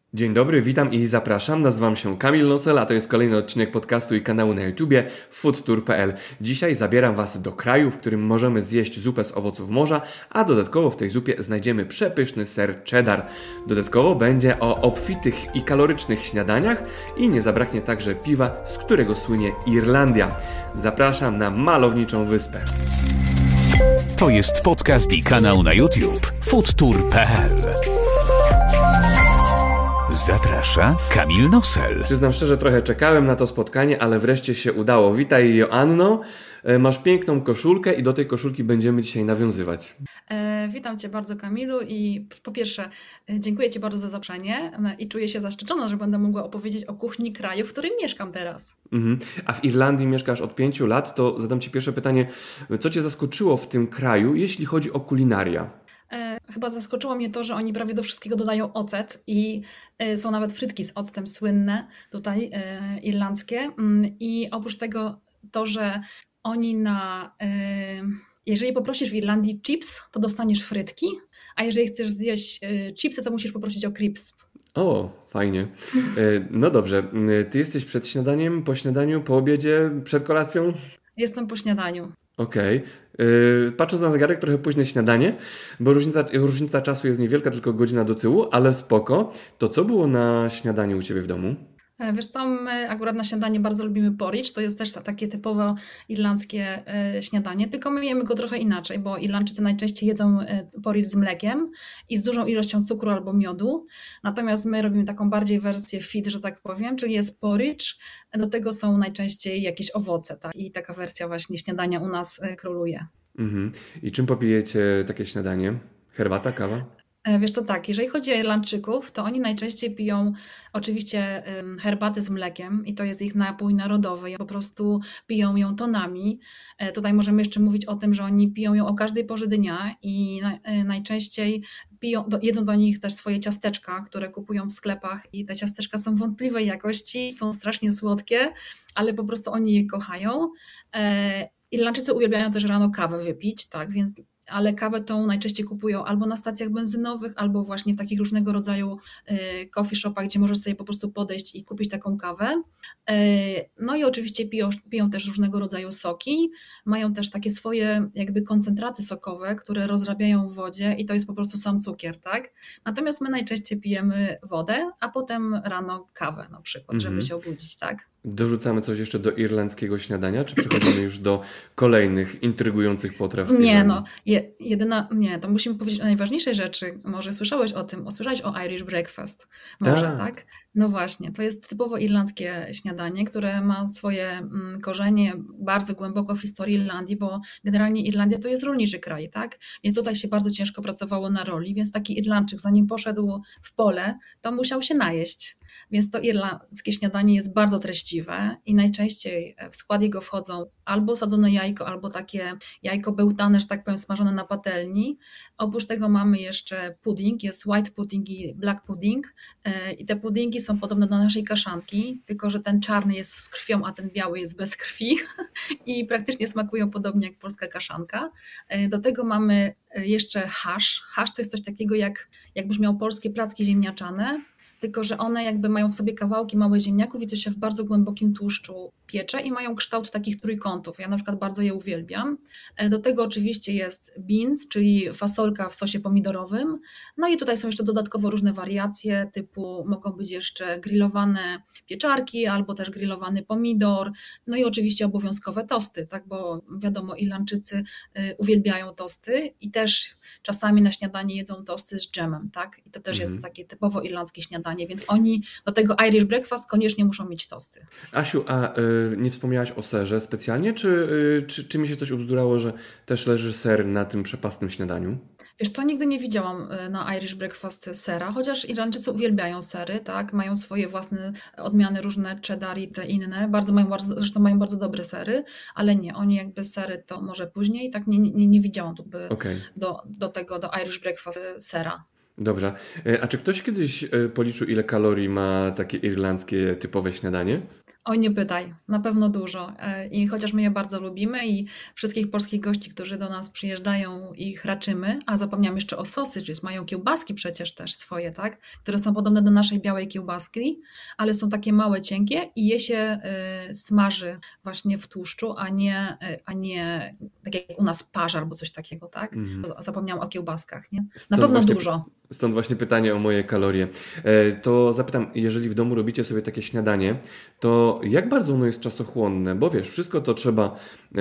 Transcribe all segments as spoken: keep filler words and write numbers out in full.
Dzień dobry, witam i zapraszam. Nazywam się Kamil Nosel, a to jest kolejny odcinek podcastu i kanału na YouTubie foodtour kropka p l. Dzisiaj zabieram Was do kraju, w którym możemy zjeść zupę z owoców morza, a dodatkowo w tej zupie znajdziemy przepyszny ser cheddar. Dodatkowo będzie o obfitych i kalorycznych śniadaniach i nie zabraknie także piwa, z którego słynie Irlandia. Zapraszam na malowniczą wyspę. To jest podcast i kanał na YouTube foodtour kropka p l. Zaprasza Kamil Nosel. Przyznam szczerze, trochę czekałem na to spotkanie, ale wreszcie się udało. Witaj, Joanno. Masz piękną koszulkę i do tej koszulki będziemy dzisiaj nawiązywać. E, witam Cię bardzo, Kamilu, i po pierwsze e, dziękuję Ci bardzo za zaproszenie e, i czuję się zaszczycona, że będę mogła opowiedzieć o kuchni kraju, w którym mieszkam teraz. Mhm. A w Irlandii mieszkasz od pięciu lat, to zadam Ci pierwsze pytanie. Co Cię zaskoczyło w tym kraju, jeśli chodzi o kulinaria? E, chyba zaskoczyło mnie to, że oni prawie do wszystkiego dodają ocet i e, są nawet frytki z octem słynne tutaj, e, irlandzkie. Mm, I oprócz tego to, że oni na... E, jeżeli poprosisz w Irlandii chips, to dostaniesz frytki, a jeżeli chcesz zjeść e, chipsy, to musisz poprosić o crisp. O, fajnie. No dobrze, Ty jesteś przed śniadaniem, po śniadaniu, po obiedzie, przed kolacją? Jestem po śniadaniu. Okej. Okay. Patrząc na zegarek, trochę późne śniadanie, bo różnica, różnica czasu jest niewielka, tylko godzina do tyłu, ale spoko. To co było na śniadaniu u Ciebie w domu? Wiesz co, my akurat na śniadanie bardzo lubimy porridge, to jest też takie typowo irlandzkie śniadanie, tylko my jemy go trochę inaczej, bo Irlandczycy najczęściej jedzą porridge z mlekiem i z dużą ilością cukru albo miodu, natomiast my robimy taką bardziej wersję fit, że tak powiem, czyli jest porridge, do tego są najczęściej jakieś owoce, tak? I taka wersja właśnie śniadania u nas króluje. Mhm. I czym popijecie takie śniadanie? Herbata, kawa? Wiesz co, tak, jeżeli chodzi o Irlandczyków, to oni najczęściej piją oczywiście herbatę z mlekiem i to jest ich napój narodowy. Po prostu piją ją tonami. Tutaj możemy jeszcze mówić o tym, że oni piją ją o każdej porze dnia i najczęściej piją, jedzą do nich też swoje ciasteczka, które kupują w sklepach i te ciasteczka są wątpliwej jakości, są strasznie słodkie, ale po prostu oni je kochają. Irlandczycy uwielbiają też rano kawę wypić, tak, więc ale kawę tą najczęściej kupują albo na stacjach benzynowych, albo właśnie w takich różnego rodzaju coffee shopach, gdzie możesz sobie po prostu podejść i kupić taką kawę. No i oczywiście piją, piją też różnego rodzaju soki, mają też takie swoje jakby koncentraty sokowe, które rozrabiają w wodzie i to jest po prostu sam cukier, tak? Natomiast my najczęściej pijemy wodę, a potem rano kawę na przykład, Mhm. żeby się obudzić, tak? Dorzucamy coś jeszcze do irlandzkiego śniadania, czy przechodzimy już do kolejnych intrygujących potraw z Nie, Irlandii? no, je, jedyna, nie, to musimy powiedzieć o najważniejszej rzeczy. Może słyszałeś o tym, słyszałeś o Irish breakfast, może, Tak. tak? No właśnie, to jest typowo irlandzkie śniadanie, które ma swoje mm, korzenie bardzo głęboko w historii Irlandii, bo generalnie Irlandia to jest rolniczy kraj, tak? Więc tutaj się bardzo ciężko pracowało na roli, więc taki Irlandczyk, zanim poszedł w pole, to musiał się najeść. Więc to irlandzkie śniadanie jest bardzo treściwe i najczęściej w skład jego wchodzą albo sadzone jajko, albo takie jajko bełtane, że tak powiem, smażone na patelni. Oprócz tego mamy jeszcze pudding, jest white pudding i black pudding i te puddingi są podobne do naszej kaszanki, tylko że ten czarny jest z krwią, a ten biały jest bez krwi i praktycznie smakują podobnie jak polska kaszanka. Do tego mamy jeszcze hasz. Hasz to jest coś takiego jak, jak brzmiał polskie placki ziemniaczane, tylko że one jakby mają w sobie kawałki małych ziemniaków i to się w bardzo głębokim tłuszczu piecze i mają kształt takich trójkątów. Ja na przykład bardzo je uwielbiam. Do tego oczywiście jest beans, czyli fasolka w sosie pomidorowym. No i tutaj są jeszcze dodatkowo różne wariacje, typu mogą być jeszcze grillowane pieczarki albo też grillowany pomidor. No i oczywiście obowiązkowe tosty, tak, bo wiadomo, Irlandczycy uwielbiają tosty i też czasami na śniadanie jedzą tosty z dżemem, tak? I to też Mhm. jest takie typowo irlandzkie śniadanie, więc oni do tego Irish breakfast koniecznie muszą mieć tosty. Asiu, a y, nie wspomniałaś o serze specjalnie, czy, y, czy, czy mi się coś ubzdurało, że też leży ser na tym przepastnym śniadaniu? Wiesz co, nigdy nie widziałam na Irish breakfast sera, chociaż Irlandczycy uwielbiają sery, tak? Mają swoje własne odmiany, różne cheddar i te inne, bardzo mają, bardzo, zresztą mają bardzo dobre sery, ale nie, oni jakby sery to może później, tak nie, nie, nie widziałam tu by Okej. do, do tego, do Irish breakfast sera. Dobrze. Y, A czy ktoś kiedyś y, policzył, ile kalorii ma takie irlandzkie typowe śniadanie? Oj, nie pytaj, na pewno dużo. E, I chociaż my je bardzo lubimy i wszystkich polskich gości, którzy do nas przyjeżdżają, ich raczymy, a zapomniałam jeszcze o sausages, mają kiełbaski przecież też swoje, tak? Które są podobne do naszej białej kiełbaski, ale są takie małe, cienkie i je się e, smaży właśnie w tłuszczu, a nie, e, a nie tak jak u nas parza albo coś takiego, tak? Mhm. Zapomniałam o kiełbaskach, nie? Na Stąd pewno właśnie, dużo. stąd właśnie pytanie o moje kalorie. E, To zapytam, jeżeli w domu robicie sobie takie śniadanie, to jak bardzo ono jest czasochłonne? Bo wiesz, wszystko to trzeba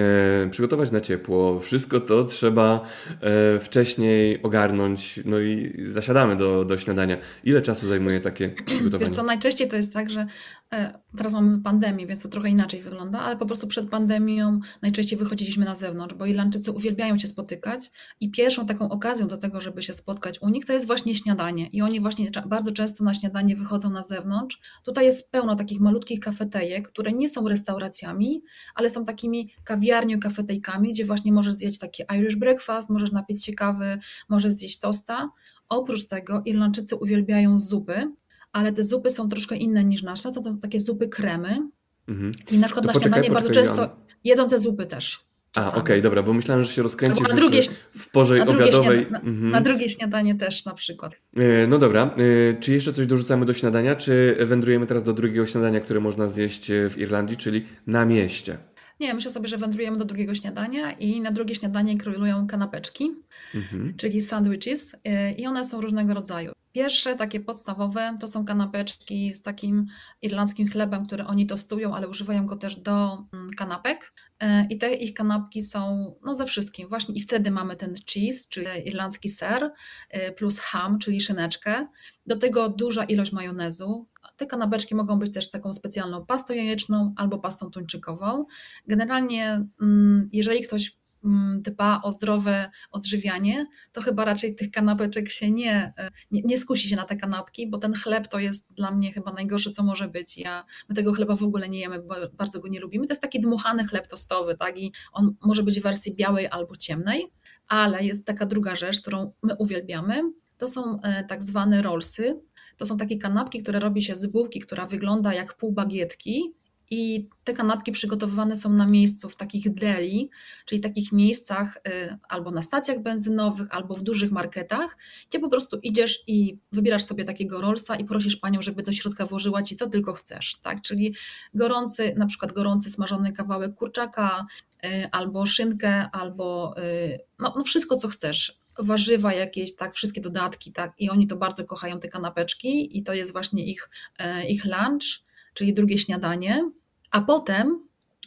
e, przygotować na ciepło, wszystko to trzeba e, wcześniej ogarnąć, no i zasiadamy do, do śniadania. Ile czasu zajmuje takie przygotowanie? Wiesz co, najczęściej to jest tak, że e, teraz mamy pandemię, więc to trochę inaczej wygląda, ale po prostu przed pandemią najczęściej wychodziliśmy na zewnątrz, bo Irlandczycy uwielbiają się spotykać i pierwszą taką okazją do tego, żeby się spotkać u nich, to jest właśnie śniadanie i oni właśnie cza- bardzo często na śniadanie wychodzą na zewnątrz. Tutaj jest pełno takich malutkich kafetejek, które nie są restauracjami, ale są takimi kawiarnią, kafetejkami, gdzie właśnie możesz zjeść taki Irish breakfast, możesz napić się kawy, możesz zjeść tosta. Oprócz tego Irlandczycy uwielbiają zupy, ale te zupy są troszkę inne niż nasze, to, to takie zupy kremy Mhm. i na przykład To na poczekaj, śniadanie bardzo poczekaj, często Joanna. jedzą te zupy też A, okej, czasami. dobra, bo myślałem, że się rozkręcisz Albo na już drugie, w porze na drugie, obiadowej. śniada, na, Mhm. na drugie śniadanie też na przykład. E, No dobra, e, czy jeszcze coś dorzucamy do śniadania, czy wędrujemy teraz do drugiego śniadania, które można zjeść e, w Irlandii, czyli na mieście? Nie, myślę sobie, że wędrujemy do drugiego śniadania i na drugie śniadanie królują kanapeczki, Mhm. czyli sandwiches y, i one są różnego rodzaju. Pierwsze, takie podstawowe, to są kanapeczki z takim irlandzkim chlebem, który oni tostują, ale używają go też do mm, kanapek. Y, I te ich kanapki są no, ze wszystkim. Właśnie i wtedy mamy ten cheese, czyli irlandzki ser, y, plus ham, czyli szyneczkę. Do tego duża ilość majonezu. Te kanapeczki mogą być też taką specjalną pastą jajeczną albo pastą tuńczykową. Generalnie, mm, jeżeli ktoś mm, dba o zdrowe odżywianie, to chyba raczej tych kanapeczek się nie, e, nie, nie skusi się na te kanapki, bo ten chleb to jest dla mnie chyba najgorsze, co może być. Ja, my tego chleba w ogóle nie jemy, bo bardzo go nie lubimy. To jest taki dmuchany chleb tostowy, tak? I on może być w wersji białej albo ciemnej, ale jest taka druga rzecz, którą my uwielbiamy. To są e, tak zwane rollsy. To są takie kanapki, które robi się z bułki, która wygląda jak pół bagietki. I te kanapki przygotowywane są na miejscu w takich deli, czyli takich miejscach y, albo na stacjach benzynowych, albo w dużych marketach, gdzie po prostu idziesz i wybierasz sobie takiego rollsa i prosisz panią, żeby do środka włożyła ci co tylko chcesz, tak? Czyli gorący, na przykład gorący smażony kawałek kurczaka, y, albo szynkę, albo y, no, no wszystko co chcesz. Warzywa jakieś, tak, wszystkie dodatki, tak, i oni to bardzo kochają, te kanapeczki i to jest właśnie ich, e, ich lunch, czyli drugie śniadanie, a potem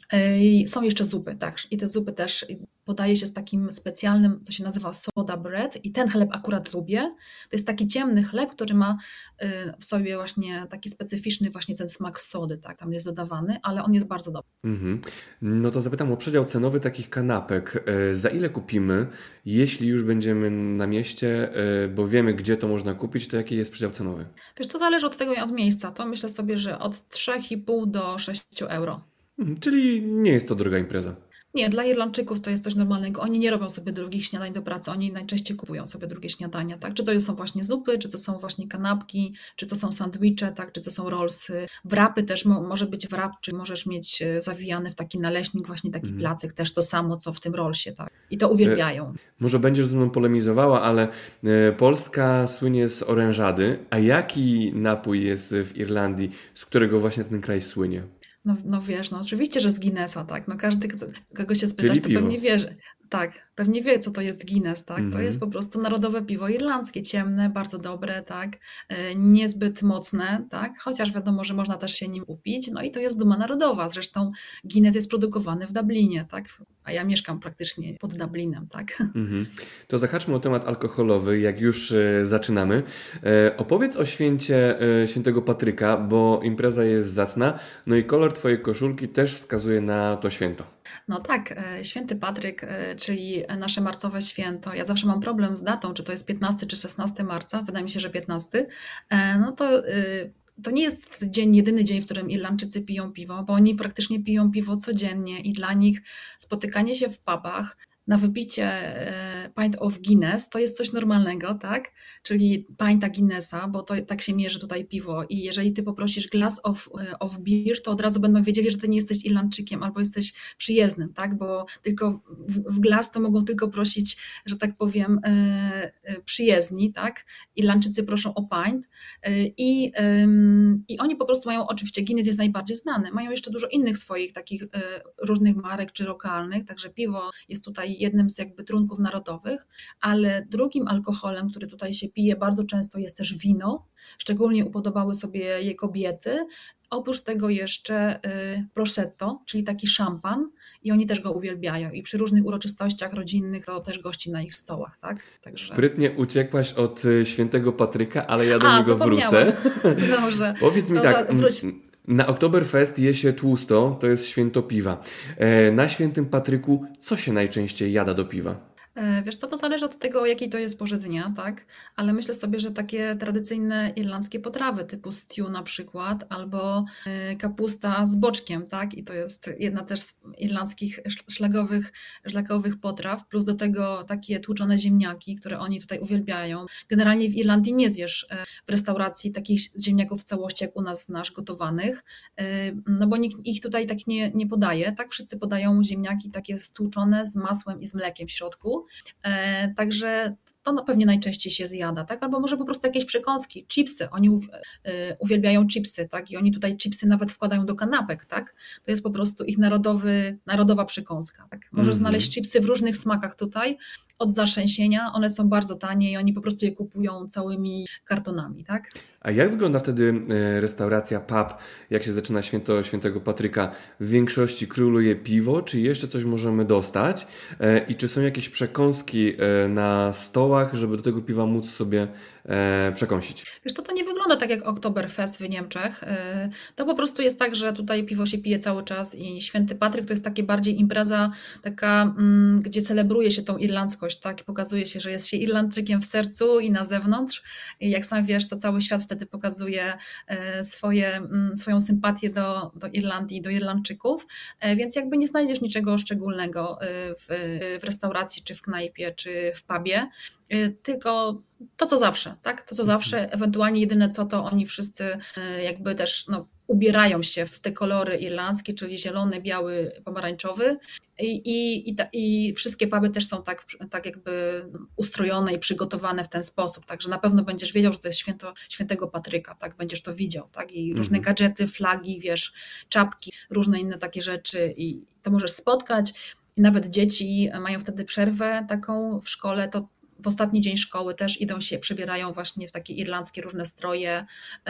e, są jeszcze zupy, tak, i te zupy też podaje się z takim specjalnym, to się nazywa soda bread i ten chleb akurat lubię, to jest taki ciemny chleb, który ma e, w sobie właśnie taki specyficzny właśnie ten smak sody, tak, tam jest dodawany, ale on jest bardzo dobry. Mhm. No to zapytam o przedział cenowy takich kanapek. E, Za ile kupimy, jeśli już będziemy na mieście, e, bo wiemy, gdzie to można kupić, to jaki jest przedział cenowy? Wiesz, to zależy od tego i od miejsca, to myślę sobie, że od trzy i pół do sześciu euro. Mhm. Czyli nie jest to droga impreza. Nie, dla Irlandczyków to jest coś normalnego. Oni nie robią sobie drugich śniadań do pracy, oni najczęściej kupują sobie drugie śniadania, tak? Czy to są właśnie zupy, czy to są właśnie kanapki, czy to są sandwicze, tak? Czy to są rollsy. Wrapy też mo- może być wrap, czy możesz mieć e, zawijany w taki naleśnik, właśnie taki Mhm. placek, też to samo, co w tym rollsie, tak? I to E, uwielbiają. Może będziesz ze mną polemizowała, ale e, Polska słynie z orężady, a jaki napój jest w Irlandii, z którego właśnie ten kraj słynie? No, no wiesz, no oczywiście, że z Guinnessa, tak? No każdy, kto, kogo się spytasz, Czyli to piwo. pewnie wie, że, tak, pewnie wie, co to jest Guinness, tak? To Mhm. jest po prostu narodowe piwo irlandzkie, ciemne, bardzo dobre, tak? E, Niezbyt mocne, tak? Chociaż wiadomo, że można też się nim upić, no i to jest duma narodowa. Zresztą Guinness jest produkowany w Dublinie, tak? A ja mieszkam praktycznie pod Dublinem, tak? Mhm. To zahaczmy o temat alkoholowy, jak już e, zaczynamy. E, opowiedz o święcie e, świętego Patryka, bo impreza jest zacna, no i kolor twojej koszulki też wskazuje na to święto. No tak, e, święty Patryk, e, czyli nasze marcowe święto. Ja zawsze mam problem z datą, czy to jest piętnastego czy szesnastego marca, wydaje mi się, że piętnastego. E, No to e, to nie jest dzień, jedyny dzień, w którym Irlandczycy piją piwo, bo oni praktycznie piją piwo codziennie i dla nich spotykanie się w pubach na wypicie pint of Guinness to jest coś normalnego, tak? Czyli pinta Guinnessa, bo to tak się mierzy tutaj piwo i jeżeli ty poprosisz glass of, of beer, to od razu będą wiedzieli, że ty nie jesteś Irlandczykiem albo jesteś przyjezdnym, tak? Bo tylko w, w glass to mogą tylko prosić, że tak powiem, przyjezdni, tak? Irlandczycy proszą o pint i, i oni po prostu mają, oczywiście Guinness jest najbardziej znany, mają jeszcze dużo innych swoich takich różnych marek czy lokalnych, także piwo jest tutaj jednym z jakby trunków narodowych, ale drugim alkoholem, który tutaj się pije bardzo często jest też wino, szczególnie upodobały sobie je kobiety. Oprócz tego jeszcze prosecco, czyli taki szampan i oni też go uwielbiają i przy różnych uroczystościach rodzinnych to też gości na ich stołach, tak? Także... Sprytnie uciekłaś od świętego Patryka, ale ja do A, niego wrócę. Dobrze. Powiedz mi Dobra, tak, wróć. Na Oktoberfest je się tłusto, to jest święto piwa. Na świętym Patryku co się najczęściej jada do piwa? Wiesz co, to zależy od tego, jaki to jest porze dnia, tak? Ale myślę sobie, że takie tradycyjne irlandzkie potrawy typu stew na przykład, albo kapusta z boczkiem, tak? I to jest jedna też z irlandzkich szlagowych, szlagowych potraw, plus do tego takie tłuczone ziemniaki, które oni tutaj uwielbiają. Generalnie w Irlandii nie zjesz w restauracji takich ziemniaków w całości, jak u nas znasz, gotowanych, no bo nikt ich tutaj tak nie, nie podaje, tak? Wszyscy podają ziemniaki takie stłuczone z masłem i z mlekiem w środku. E, także to no pewnie najczęściej się zjada, tak? Albo może po prostu jakieś przekąski, chipsy, oni u, e, uwielbiają chipsy, tak? I oni tutaj chipsy nawet wkładają do kanapek, tak? To jest po prostu ich narodowy, narodowa przekąska, tak? Możesz mm-hmm. znaleźć chipsy w różnych smakach tutaj, od zaszęsienia, one są bardzo tanie i oni po prostu je kupują całymi kartonami, tak? A jak wygląda wtedy restauracja, pub, jak się zaczyna święto świętego Patryka? W większości króluje piwo, czy jeszcze coś możemy dostać? I czy są jakieś przekąski na stołach, żeby do tego piwa móc sobie przekąsić? Wiesz co, to nie wygląda tak jak Oktoberfest w Niemczech. To po prostu jest tak, że tutaj piwo się pije cały czas i święty Patryk to jest takie bardziej impreza taka, gdzie celebruje się tą irlandzkość, tak? I pokazuje się, że jest się Irlandczykiem w sercu i na zewnątrz. I jak sam wiesz, to cały świat wtedy pokazuje swoje, swoją sympatię do, do Irlandii, do Irlandczyków, więc jakby nie znajdziesz niczego szczególnego w, w restauracji, czy w knajpie, czy w pubie, tylko to co zawsze, tak? To co zawsze, ewentualnie jedyne co, to oni wszyscy jakby też no, ubierają się w te kolory irlandzkie, czyli zielony, biały, pomarańczowy i, i, i, ta, i wszystkie puby też są tak, tak jakby ustrojone i przygotowane w ten sposób, także na pewno będziesz wiedział, że to jest święto świętego Patryka, tak? Będziesz to widział, tak? I różne mhm. gadżety, flagi, wiesz, czapki, różne inne takie rzeczy i to możesz spotkać. I nawet dzieci mają wtedy przerwę taką w szkole, to w ostatni dzień szkoły też idą się, przebierają właśnie w takie irlandzkie różne stroje,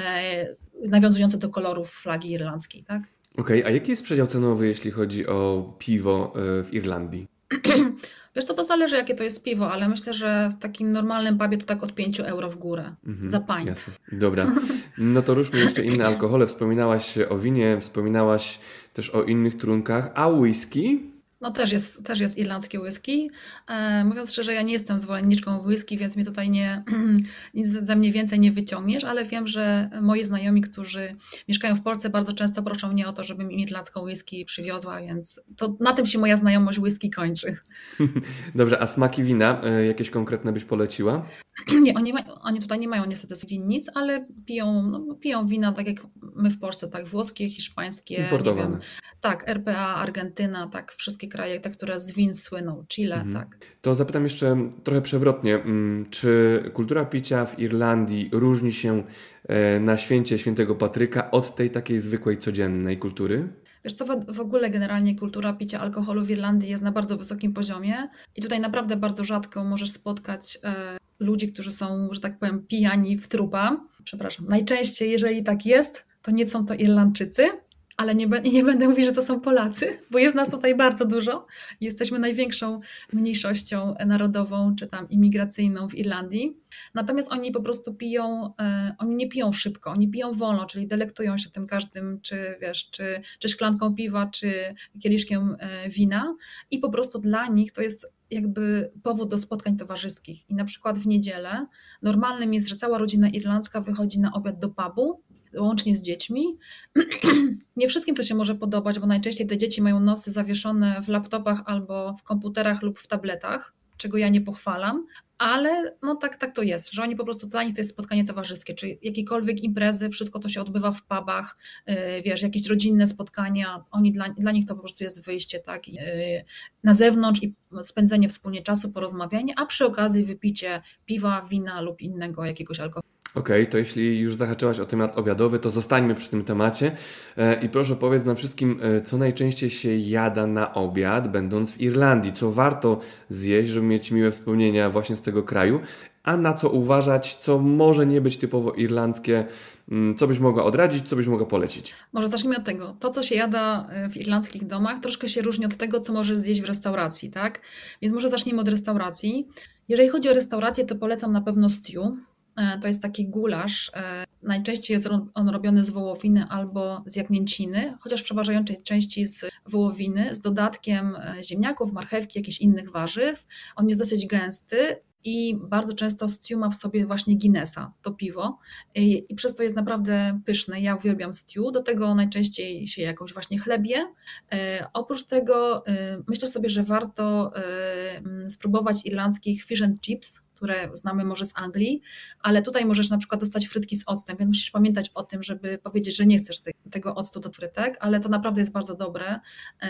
e, nawiązujące do kolorów flagi irlandzkiej, tak? Okej, okay, a jaki jest przedział cenowy, jeśli chodzi o piwo w Irlandii? Wiesz co, to zależy jakie to jest piwo, ale myślę, że w takim normalnym pubie to tak od pięć euro w górę mm-hmm, za pint. Jasne. Dobra, no to ruszmy jeszcze inne alkohole. Wspominałaś o winie, wspominałaś też o innych trunkach, a whisky? No też jest, też jest irlandzkie whisky. E, mówiąc szczerze, ja nie jestem zwolenniczką whisky, więc mi tutaj nie, nic za mnie więcej nie wyciągniesz, ale wiem, że moi znajomi, którzy mieszkają w Polsce, bardzo często proszą mnie o to, żebym im irlandzką whisky przywiozła, więc to na tym się moja znajomość whisky kończy. Dobrze, a smaki wina jakieś konkretne byś poleciła? Nie, oni, ma, oni tutaj nie mają niestety winnic, ale piją, no, piją wina tak jak my w Polsce, tak włoskie, hiszpańskie. Importowane. Nie wiem, tak, R P A, Argentyna, tak, wszystkie kraje, te, które z win słyną, Chile, mhm. tak. To zapytam jeszcze trochę przewrotnie, czy kultura picia w Irlandii różni się na święcie świętego Patryka od tej takiej zwykłej, codziennej kultury? Wiesz co, w ogóle generalnie kultura picia alkoholu w Irlandii jest na bardzo wysokim poziomie i tutaj naprawdę bardzo rzadko możesz spotkać e, ludzi, którzy są, że tak powiem, pijani w trupa. Przepraszam, najczęściej jeżeli tak jest, to nie są to Irlandczycy, ale nie, nie będę mówić, że to są Polacy, bo jest nas tutaj bardzo dużo. Jesteśmy największą mniejszością narodową czy tam imigracyjną w Irlandii. Natomiast oni po prostu piją, e, oni nie piją szybko, oni piją wolno, czyli delektują się tym każdym, czy wiesz, czy, czy szklanką piwa, czy kieliszkiem e, wina i po prostu dla nich to jest jakby powód do spotkań towarzyskich. I na przykład w niedzielę normalnym jest, że cała rodzina irlandzka wychodzi na obiad do pubu, łącznie z dziećmi. Nie wszystkim to się może podobać, bo najczęściej te dzieci mają nosy zawieszone w laptopach albo w komputerach lub w tabletach, czego ja nie pochwalam, ale no tak, tak to jest, że oni po prostu, dla nich to jest spotkanie towarzyskie, czy jakiekolwiek imprezy, wszystko to się odbywa w pubach, yy, wiesz, jakieś rodzinne spotkania, oni dla, dla nich to po prostu jest wyjście, tak, yy, na zewnątrz i spędzenie wspólnie czasu, porozmawianie, a przy okazji wypicie piwa, wina lub innego jakiegoś alkoholu. Okej, okay, to jeśli już zahaczyłaś o temat obiadowy, to zostańmy przy tym temacie i proszę powiedz nam wszystkim, co najczęściej się jada na obiad, będąc w Irlandii, co warto zjeść, żeby mieć miłe wspomnienia właśnie z tego kraju, a na co uważać, co może nie być typowo irlandzkie, co byś mogła odradzić, co byś mogła polecić? Może zacznijmy od tego. To, co się jada w irlandzkich domach, troszkę się różni od tego, co możesz zjeść w restauracji, tak? Więc może zacznijmy od restauracji. Jeżeli chodzi o restaurację, to polecam na pewno stew. To jest taki gulasz. Najczęściej jest on robiony z wołowiny albo z jagnięciny, chociaż w przeważającej części z wołowiny, z dodatkiem ziemniaków, marchewki, jakichś innych warzyw. On jest dosyć gęsty i bardzo często stew ma w sobie właśnie Guinnessa, to piwo, i, i przez to jest naprawdę pyszne. Ja uwielbiam stew, do tego najczęściej się jakąś właśnie chlebie. E, oprócz tego e, myślę sobie, że warto e, spróbować irlandzkich fish and chips, które znamy może z Anglii, ale tutaj możesz na przykład dostać frytki z octem, więc musisz pamiętać o tym, żeby powiedzieć, że nie chcesz te, tego octu do frytek, ale to naprawdę jest bardzo dobre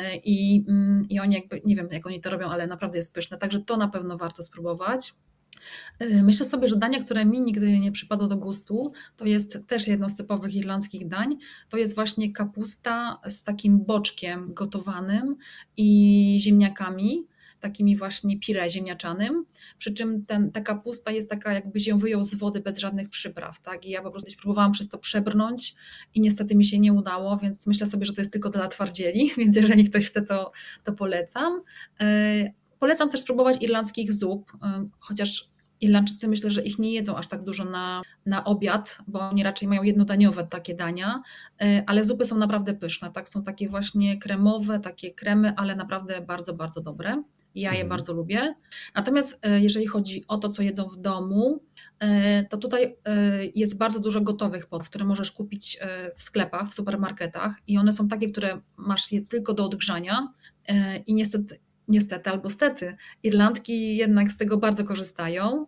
i, i oni jakby, nie wiem jak oni to robią, ale naprawdę jest pyszne, także to na pewno warto spróbować. Myślę sobie, że danie, które mi nigdy nie przypadło do gustu, to jest też jedno z typowych irlandzkich dań, to jest właśnie kapusta z takim boczkiem gotowanym i ziemniakami, takimi właśnie pire ziemniaczanym, przy czym ten, ta kapusta jest taka, jakbyś ją wyjął z wody bez żadnych przypraw, tak? I ja po prostu próbowałam przez to przebrnąć i niestety mi się nie udało, więc myślę sobie, że to jest tylko dla twardzieli, więc jeżeli ktoś chce, to, to polecam. Polecam też spróbować irlandzkich zup, chociaż Irlandczycy myślę, że ich nie jedzą aż tak dużo na, na obiad, bo oni raczej mają jednodaniowe takie dania, ale zupy są naprawdę pyszne, tak? Są takie właśnie kremowe, takie kremy, ale naprawdę bardzo, bardzo dobre. Ja je mhm. bardzo lubię. Natomiast jeżeli chodzi o to, co jedzą w domu, to tutaj jest bardzo dużo gotowych potraw, które możesz kupić w sklepach, w supermarketach i one są takie, które masz je tylko do odgrzania i niestety Niestety albo stety, Irlandki jednak z tego bardzo korzystają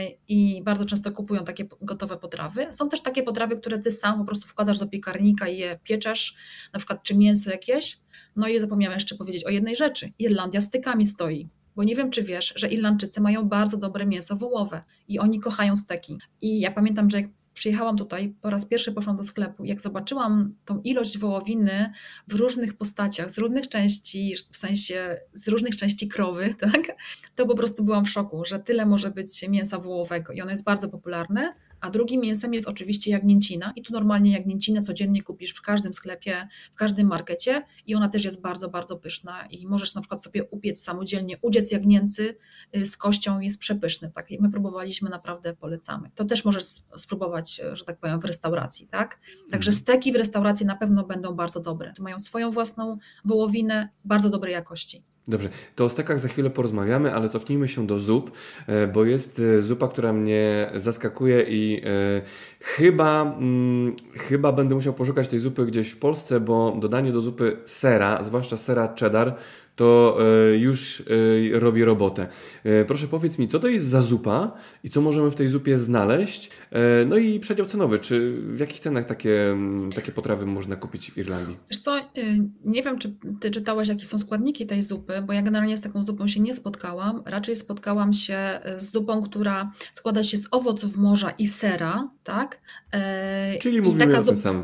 i bardzo często kupują takie gotowe potrawy. Są też takie potrawy, które ty sam po prostu wkładasz do piekarnika i je pieczesz, na przykład czy mięso jakieś. No i zapomniałam jeszcze powiedzieć o jednej rzeczy. Irlandia stykami stoi, bo nie wiem czy wiesz, że Irlandczycy mają bardzo dobre mięso wołowe i oni kochają steki. I ja pamiętam, że jak przyjechałam tutaj, po raz pierwszy poszłam do sklepu. Jak zobaczyłam tą ilość wołowiny w różnych postaciach, z różnych części, w sensie z różnych części krowy, tak, to po prostu byłam w szoku, że tyle może być mięsa wołowego i ono jest bardzo popularne. A drugim mięsem jest oczywiście jagnięcina i tu normalnie jagnięcinę codziennie kupisz w każdym sklepie, w każdym markecie i ona też jest bardzo, bardzo pyszna i możesz na przykład sobie upiec samodzielnie, udziec jagnięcy z kością, jest przepyszny, tak? My próbowaliśmy, naprawdę polecamy. To też możesz spróbować, że tak powiem, w restauracji, tak? Także steki w restauracji na pewno będą bardzo dobre. Mają swoją własną wołowinę, bardzo dobrej jakości. Dobrze, to o stekach za chwilę porozmawiamy, ale cofnijmy się do zup, bo jest zupa, która mnie zaskakuje i e, chyba, mm, chyba będę musiał poszukać tej zupy gdzieś w Polsce, bo dodanie do zupy sera, zwłaszcza sera cheddar, to e, już e, robi robotę. E, proszę powiedz mi, co to jest za zupa i co możemy w tej zupie znaleźć? E, no i przedział cenowy, czy w jakich cenach takie, takie potrawy można kupić w Irlandii? Wiesz co, nie wiem, czy ty czytałaś, jakie są składniki tej zupy, bo ja generalnie z taką zupą się nie spotkałam. Raczej spotkałam się z zupą, która składa się z owoców morza i sera, tak? E, Czyli mówimy taka o tym zup... samym.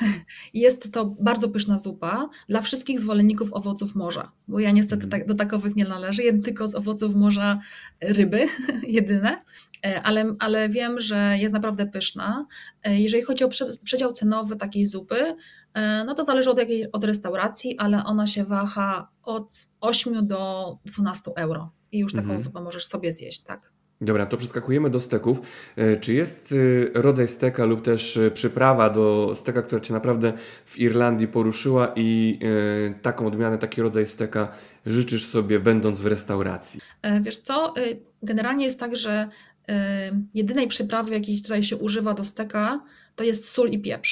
Jest to bardzo pyszna zupa dla wszystkich zwolenników owoców morza, bo ja niestety tak, do takowych nie należę, jem tylko z owoców morza ryby, jedyne, ale, ale wiem, że jest naprawdę pyszna. Jeżeli chodzi o przedział cenowy takiej zupy, no to zależy od, jakiej, od restauracji, ale ona się waha od ośmiu do dwunastu euro i już taką mhm. zupę możesz sobie zjeść, tak. Dobra, to przeskakujemy do steków. Czy jest rodzaj steka lub też przyprawa do steka, która Cię naprawdę w Irlandii poruszyła i taką odmianę, taki rodzaj steka życzysz sobie, będąc w restauracji? Wiesz co, generalnie jest tak, że jedynej przyprawy, jakiej tutaj się używa do steka, to jest sól i pieprz.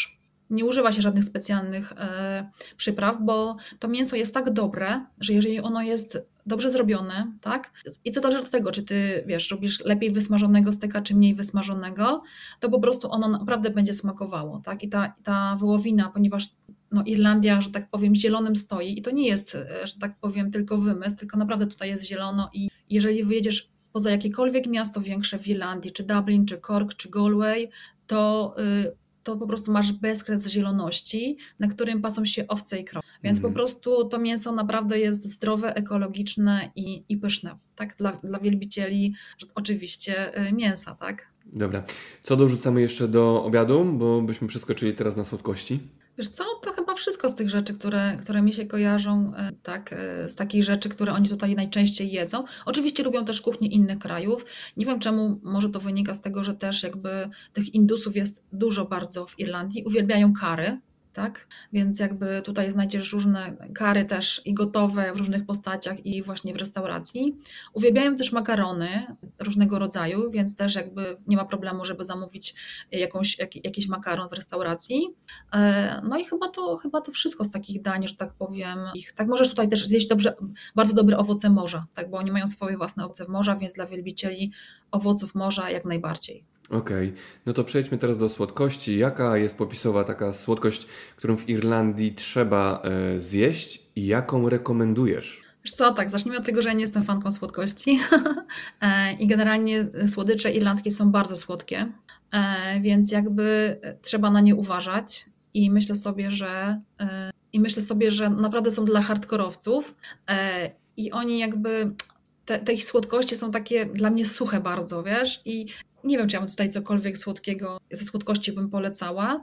nie używa się żadnych specjalnych e, przypraw, bo to mięso jest tak dobre, że jeżeli ono jest dobrze zrobione, tak? I to zależy od tego, czy ty, wiesz, robisz lepiej wysmażonego steka, czy mniej wysmażonego, to po prostu ono naprawdę będzie smakowało, tak? I ta, ta wołowina, ponieważ no, Irlandia, że tak powiem, zielonym stoi i to nie jest, że tak powiem, tylko wymysł, tylko naprawdę tutaj jest zielono i jeżeli wyjedziesz poza jakiekolwiek miasto większe w Irlandii, czy Dublin, czy Cork, czy Galway, to y, to po prostu masz bezkres zieloności, na którym pasą się owce i krowy. Więc mm. po prostu to mięso naprawdę jest zdrowe, ekologiczne i, i pyszne, tak? Dla, dla wielbicieli oczywiście mięsa, tak? Dobra. Co dorzucamy jeszcze do obiadu, bo byśmy przeskoczyli teraz na słodkości? Wiesz co, to chyba wszystko z tych rzeczy, które, które mi się kojarzą, tak, z takich rzeczy, które oni tutaj najczęściej jedzą. Oczywiście lubią też kuchnię innych krajów. Nie wiem czemu, może to wynika z tego, że też jakby tych Indusów jest dużo bardzo w Irlandii. Uwielbiają curry, tak? Więc jakby tutaj znajdziesz różne curry też i gotowe w różnych postaciach i właśnie w restauracji. Uwielbiają też makarony różnego rodzaju, więc też jakby nie ma problemu, żeby zamówić jakąś, jak, jakiś makaron w restauracji. No i chyba to, chyba to wszystko z takich dań, że tak powiem. Ich, tak możesz tutaj też zjeść dobrze, bardzo dobre owoce morza, tak? Bo oni mają swoje własne owoce morza, więc dla wielbicieli owoców morza jak najbardziej. Okej, okay. No to przejdźmy teraz do słodkości. Jaka jest popisowa taka słodkość, którą w Irlandii trzeba e, zjeść i jaką rekomendujesz? Wiesz co, tak, zacznijmy od tego, że ja nie jestem fanką słodkości i generalnie słodycze irlandzkie są bardzo słodkie, e, więc jakby trzeba na nie uważać i myślę sobie, że e, i myślę sobie, że naprawdę są dla hardkorowców e, i oni jakby te, te ich słodkości są takie dla mnie suche bardzo, wiesz, i nie wiem, czy ja bym tutaj cokolwiek słodkiego ze słodkości bym polecała,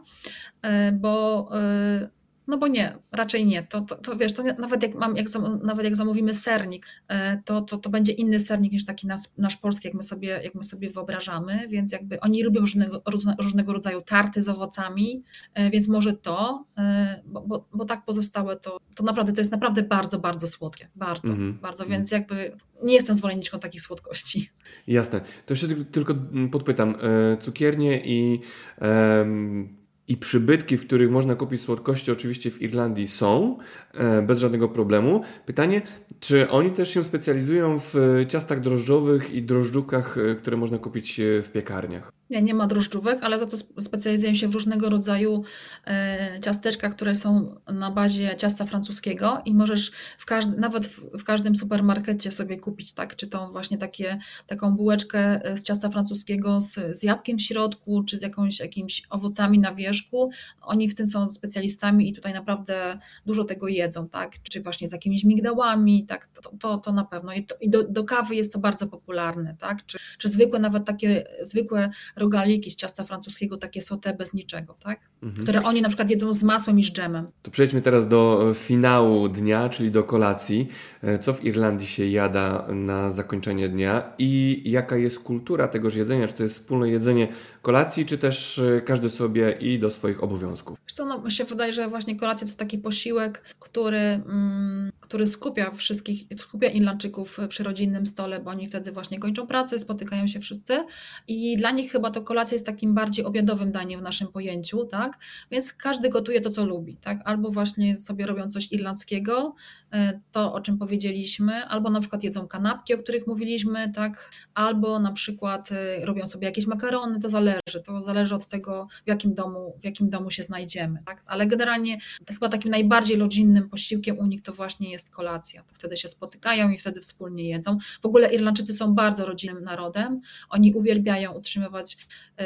bo no bo nie, raczej nie. To, to, to wiesz, to nawet jak mam, jak, nawet jak zamówimy sernik, to, to, to będzie inny sernik niż taki nasz, nasz polski, jak my, sobie, jak my sobie wyobrażamy, więc jakby oni lubią różnego, różnego rodzaju tarty z owocami, więc może to, bo, bo, bo tak pozostałe to, to naprawdę, to jest naprawdę bardzo, bardzo słodkie. Bardzo, mm-hmm. bardzo, więc jakby nie jestem zwolenniczką takich słodkości. Jasne. To jeszcze tylko podpytam. Cukiernie i, um, i przybytki, w których można kupić słodkości, oczywiście w Irlandii są, bez żadnego problemu. Pytanie, czy oni też się specjalizują w ciastach drożdżowych i drożdżówkach, które można kupić w piekarniach? Nie, nie ma drożdżówek, ale za to specjalizują się w różnego rodzaju e, ciasteczkach, które są na bazie ciasta francuskiego i możesz w każdy, nawet w, w każdym supermarkecie sobie kupić, tak, czy tą właśnie takie, taką bułeczkę z ciasta francuskiego z, z jabłkiem w środku, czy z jakąś, jakimiś owocami na wierzchu. Oni w tym są specjalistami i tutaj naprawdę dużo tego jedzą, tak, czy właśnie z jakimiś migdałami, tak, to, to, to na pewno. I, to, i do, do kawy jest to bardzo popularne, tak, czy, czy zwykłe, nawet takie zwykłe rogaliki z ciasta francuskiego, takie sauté bez niczego, tak? Mhm. Które oni na przykład jedzą z masłem i z dżemem. To przejdźmy teraz do finału dnia, czyli do kolacji. Co w Irlandii się jada na zakończenie dnia i jaka jest kultura tegoż jedzenia? Czy to jest wspólne jedzenie kolacji, czy też każdy sobie i do swoich obowiązków? Wiesz co, no mi się wydaje, że właśnie kolacja to jest taki posiłek, który, mm, który skupia wszystkich, skupia Irlandczyków przy rodzinnym stole, bo oni wtedy właśnie kończą pracę, spotykają się wszyscy i dla nich chyba to kolacja jest takim bardziej obiadowym daniem w naszym pojęciu, tak? Więc każdy gotuje to, co lubi, tak? Albo właśnie sobie robią coś irlandzkiego, to o czym powiedzieliśmy, albo na przykład jedzą kanapki, o których mówiliśmy, tak? Albo na przykład robią sobie jakieś makarony, to zależy, to zależy od tego, w jakim domu, w jakim domu się znajdziemy, tak? Ale generalnie chyba takim najbardziej rodzinnym posiłkiem u nich to właśnie jest kolacja. To wtedy się spotykają i wtedy wspólnie jedzą. W ogóle Irlandczycy są bardzo rodzinnym narodem, oni uwielbiają utrzymywać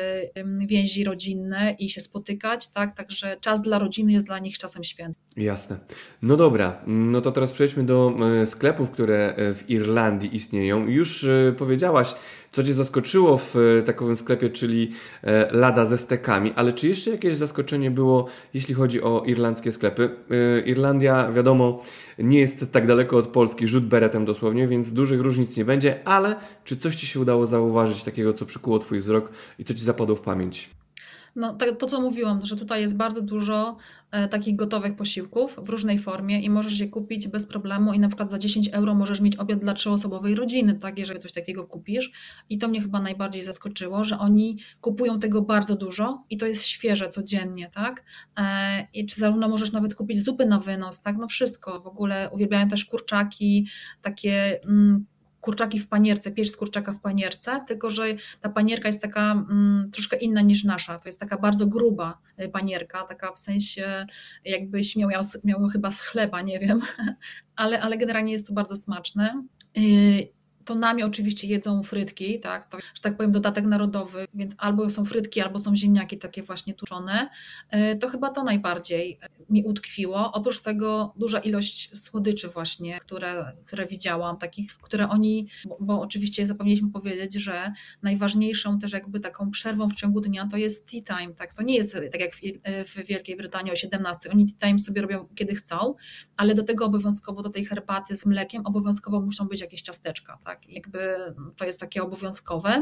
więzi rodzinne i się spotykać, tak? Także czas dla rodziny jest dla nich czasem świętym. Jasne. No dobra, no to teraz przejdźmy do sklepów, które w Irlandii istnieją. Już powiedziałaś, co Cię zaskoczyło w takowym sklepie, czyli lada ze stekami, ale czy jeszcze jakieś zaskoczenie było, jeśli chodzi o irlandzkie sklepy? Irlandia, wiadomo, nie jest tak daleko od Polski, rzut beretem dosłownie, więc dużych różnic nie będzie, ale czy coś Ci się udało zauważyć takiego, co przykuło Twój wzrok i co Ci zapadło w pamięć? No, to, to, co mówiłam, że tutaj jest bardzo dużo e, takich gotowych posiłków w różnej formie i możesz je kupić bez problemu i na przykład za dziesięć euro możesz mieć obiad dla trzyosobowej rodziny, tak, jeżeli coś takiego kupisz. I to mnie chyba najbardziej zaskoczyło, że oni kupują tego bardzo dużo i to jest świeże codziennie, tak. E, I czy zarówno możesz nawet kupić zupy na wynos, tak, no wszystko. W ogóle uwielbiają też kurczaki, takie... Mm, kurczaki w panierce, pieść z kurczaka w panierce, tylko że ta panierka jest taka mm, troszkę inna niż nasza. To jest taka bardzo gruba panierka, taka w sensie jakbyś miał, miał chyba z chleba, nie wiem, ale, ale generalnie jest to bardzo smaczne. To nami oczywiście jedzą frytki, tak, to, że tak powiem dodatek narodowy, więc albo są frytki, albo są ziemniaki takie właśnie tuczone. To chyba to najbardziej mi utkwiło. Oprócz tego duża ilość słodyczy właśnie, które, które widziałam, takich, które oni, bo, bo oczywiście zapomnieliśmy powiedzieć, że najważniejszą też jakby taką przerwą w ciągu dnia to jest tea time, tak, to nie jest tak jak w, w Wielkiej Brytanii o siedemnastej, oni tea time sobie robią kiedy chcą, ale do tego obowiązkowo, do tej herbaty z mlekiem obowiązkowo muszą być jakieś ciasteczka, tak. Jakby to jest takie obowiązkowe.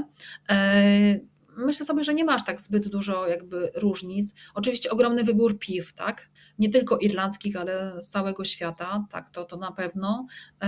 Myślę sobie, że nie masz tak zbyt dużo jakby różnic. Oczywiście ogromny wybór piw, tak? Nie tylko irlandzkich, ale z całego świata, tak, to, to na pewno.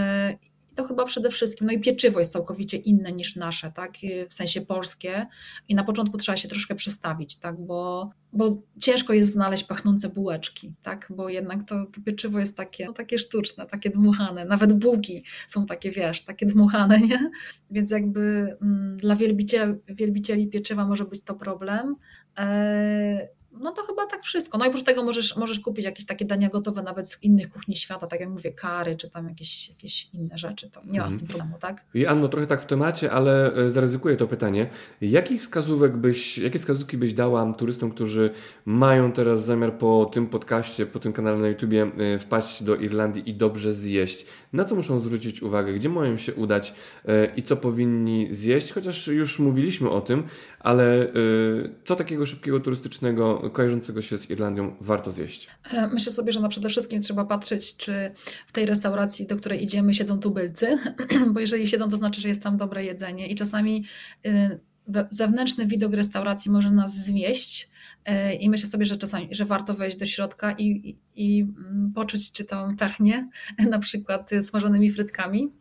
I to chyba przede wszystkim, no i pieczywo jest całkowicie inne niż nasze, tak, w sensie polskie i na początku trzeba się troszkę przestawić, tak, bo, bo ciężko jest znaleźć pachnące bułeczki, tak, bo jednak to, to pieczywo jest takie, no, takie sztuczne, takie dmuchane, nawet bułki są takie, wiesz, takie dmuchane, nie, więc jakby mm, dla wielbicieli, wielbicieli pieczywa może być to problem. Eee, No to chyba tak wszystko. No i oprócz tego możesz, możesz kupić jakieś takie dania gotowe nawet z innych kuchni świata, tak jak mówię, kary, czy tam jakieś, jakieś inne rzeczy. To nie ma z tym problemu, tak? I Anno, trochę tak w temacie, ale zaryzykuję to pytanie. Jakich wskazówek byś, jakie wskazówki byś dała turystom, którzy mają teraz zamiar po tym podcaście, po tym kanale na YouTubie wpaść do Irlandii i dobrze zjeść? Na co muszą zwrócić uwagę? Gdzie mają się udać i co powinni zjeść? Chociaż już mówiliśmy o tym, ale co takiego szybkiego turystycznego kojarzącego się z Irlandią warto zjeść? Myślę sobie, że na przede wszystkim trzeba patrzeć, czy w tej restauracji, do której idziemy, siedzą tubylcy, bo jeżeli siedzą, to znaczy, że jest tam dobre jedzenie i czasami zewnętrzny widok restauracji może nas zwieść i myślę sobie, że czasami, że warto wejść do środka i, i, i poczuć, czy tam pachnie, na przykład smażonymi frytkami.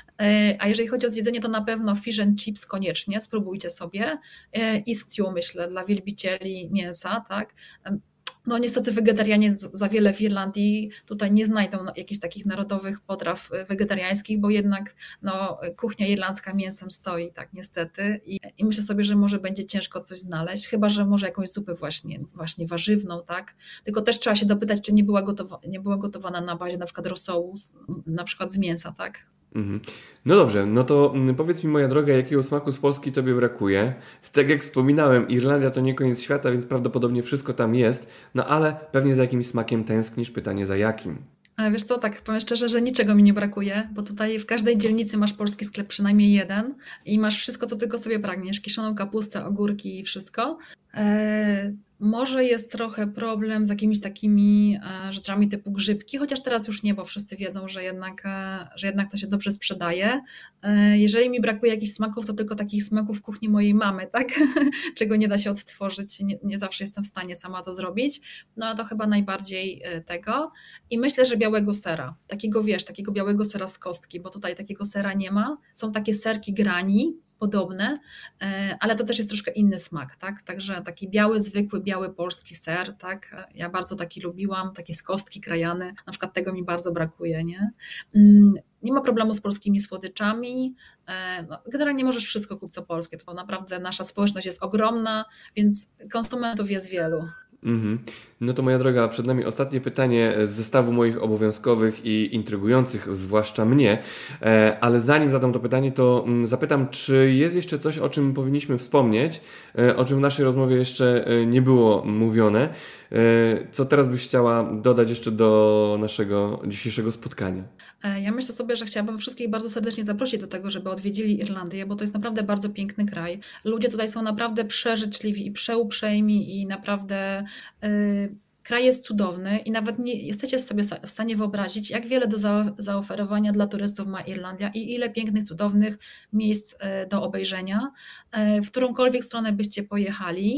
A jeżeli chodzi o zjedzenie, to na pewno fish and chips koniecznie, spróbujcie sobie i stew, myślę, dla wielbicieli mięsa, tak. No niestety wegetarianie za wiele w Irlandii tutaj nie znajdą jakichś takich narodowych potraw wegetariańskich, bo jednak no, kuchnia irlandzka mięsem stoi, tak niestety. I, I myślę sobie, że może będzie ciężko coś znaleźć, chyba że może jakąś zupę właśnie, właśnie warzywną, tak. Tylko też trzeba się dopytać, czy nie była, gotowa, nie była gotowana na bazie na przykład rosołu, na przykład z mięsa, tak. Mhm. No dobrze, no to powiedz mi, moja droga, jakiego smaku z Polski Tobie brakuje? Tak jak wspominałem, Irlandia to nie koniec świata, więc prawdopodobnie wszystko tam jest, no ale pewnie za jakimś smakiem tęsknisz, pytanie za jakim? A wiesz co, tak powiem szczerze, że niczego mi nie brakuje, bo tutaj w każdej dzielnicy masz polski sklep, przynajmniej jeden i masz wszystko, co tylko sobie pragniesz, kiszoną kapustę, ogórki i wszystko. Eee, może jest trochę problem z jakimiś takimi e, rzeczami typu grzybki, chociaż teraz już nie, bo wszyscy wiedzą, że jednak, e, że jednak to się dobrze sprzedaje. E, jeżeli mi brakuje jakichś smaków, to tylko takich smaków kuchni mojej mamy, tak? Czego nie da się odtworzyć, nie, nie zawsze jestem w stanie sama to zrobić, no to chyba najbardziej e, tego. I myślę, że białego sera, takiego wiesz, takiego białego sera z kostki, bo tutaj takiego sera nie ma. Są takie serki grani, podobne, ale to też jest troszkę inny smak, tak? Także taki biały, zwykły, biały polski ser, tak? Ja bardzo taki lubiłam, taki z kostki krajany, na przykład tego mi bardzo brakuje, nie? Nie ma problemu z polskimi słodyczami, no, generalnie możesz wszystko kupić co polskie, to naprawdę nasza społeczność jest ogromna, więc konsumentów jest wielu. Mm-hmm. No to moja droga, przed nami ostatnie pytanie z zestawu moich obowiązkowych i intrygujących, zwłaszcza mnie, ale zanim zadam to pytanie, to zapytam, czy jest jeszcze coś, o czym powinniśmy wspomnieć, o czym w naszej rozmowie jeszcze nie było mówione, co teraz byś chciała dodać jeszcze do naszego dzisiejszego spotkania? Ja myślę sobie, że chciałabym wszystkich bardzo serdecznie zaprosić do tego, żeby odwiedzili Irlandię, bo to jest naprawdę bardzo piękny kraj. Ludzie tutaj są naprawdę przeżyczliwi i przeuprzejmi i naprawdę yy, kraj jest cudowny i nawet nie jesteście sobie w stanie wyobrazić, jak wiele do za, zaoferowania dla turystów ma Irlandia i ile pięknych, cudownych miejsc yy, do obejrzenia. Yy, w którąkolwiek stronę byście pojechali,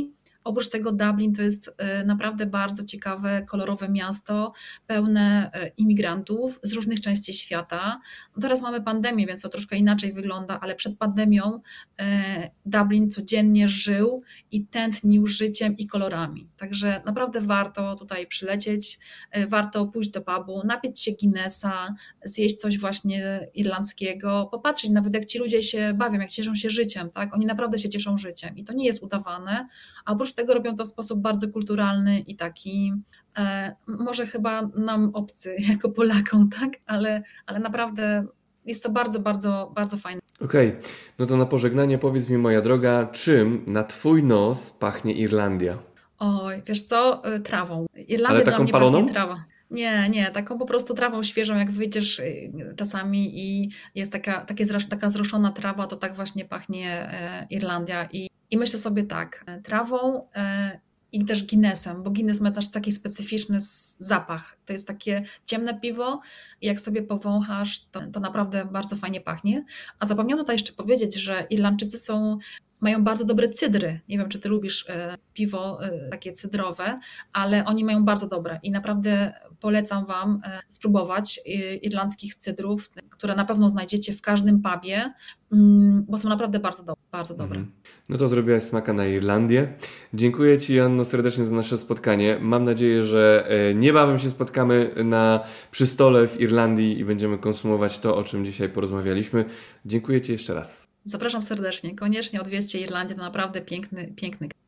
Oprócz tego Dublin to jest naprawdę bardzo ciekawe, kolorowe miasto, pełne imigrantów z różnych części świata. No teraz mamy pandemię, więc to troszkę inaczej wygląda, ale przed pandemią Dublin codziennie żył i tętnił życiem i kolorami. Także naprawdę warto tutaj przylecieć, warto pójść do pubu, napić się Guinnessa, zjeść coś właśnie irlandzkiego, popatrzeć nawet jak ci ludzie się bawią, jak cieszą się życiem, tak? Oni naprawdę się cieszą życiem i to nie jest udawane, a oprócz tego robią to w sposób bardzo kulturalny i taki e, może chyba nam obcy jako Polakom, tak? Ale, ale naprawdę jest to bardzo, bardzo, bardzo fajne. Okej, okay. No to na pożegnanie powiedz mi, moja droga, czym na twój nos pachnie Irlandia? Oj, wiesz co? Trawą. Irlandia Ale taką dla mnie paloną? Pachnie trawa. Nie, nie, taką po prostu trawą świeżą, jak wyjdziesz czasami i jest taka, takie, taka zroszona trawa, to tak właśnie pachnie Irlandia. I, i myślę sobie tak, trawą i też Guinnessem, bo Guinness ma też taki specyficzny zapach. To jest takie ciemne piwo i jak sobie powąchasz, to, to naprawdę bardzo fajnie pachnie. A zapomniałam tutaj jeszcze powiedzieć, że Irlandczycy są... mają bardzo dobre cydry. Nie wiem, czy ty lubisz piwo takie cydrowe, ale oni mają bardzo dobre i naprawdę polecam wam spróbować irlandzkich cydrów, które na pewno znajdziecie w każdym pubie, bo są naprawdę bardzo dobre. Bardzo dobre. Mhm. No to zrobiłaś smaka na Irlandię. Dziękuję ci, Joanno, serdecznie za nasze spotkanie. Mam nadzieję, że niebawem się spotkamy na, przy stole w Irlandii i będziemy konsumować to, o czym dzisiaj porozmawialiśmy. Dziękuję ci jeszcze raz. Zapraszam serdecznie. Koniecznie odwiedźcie Irlandię, to naprawdę piękny, piękny kraj.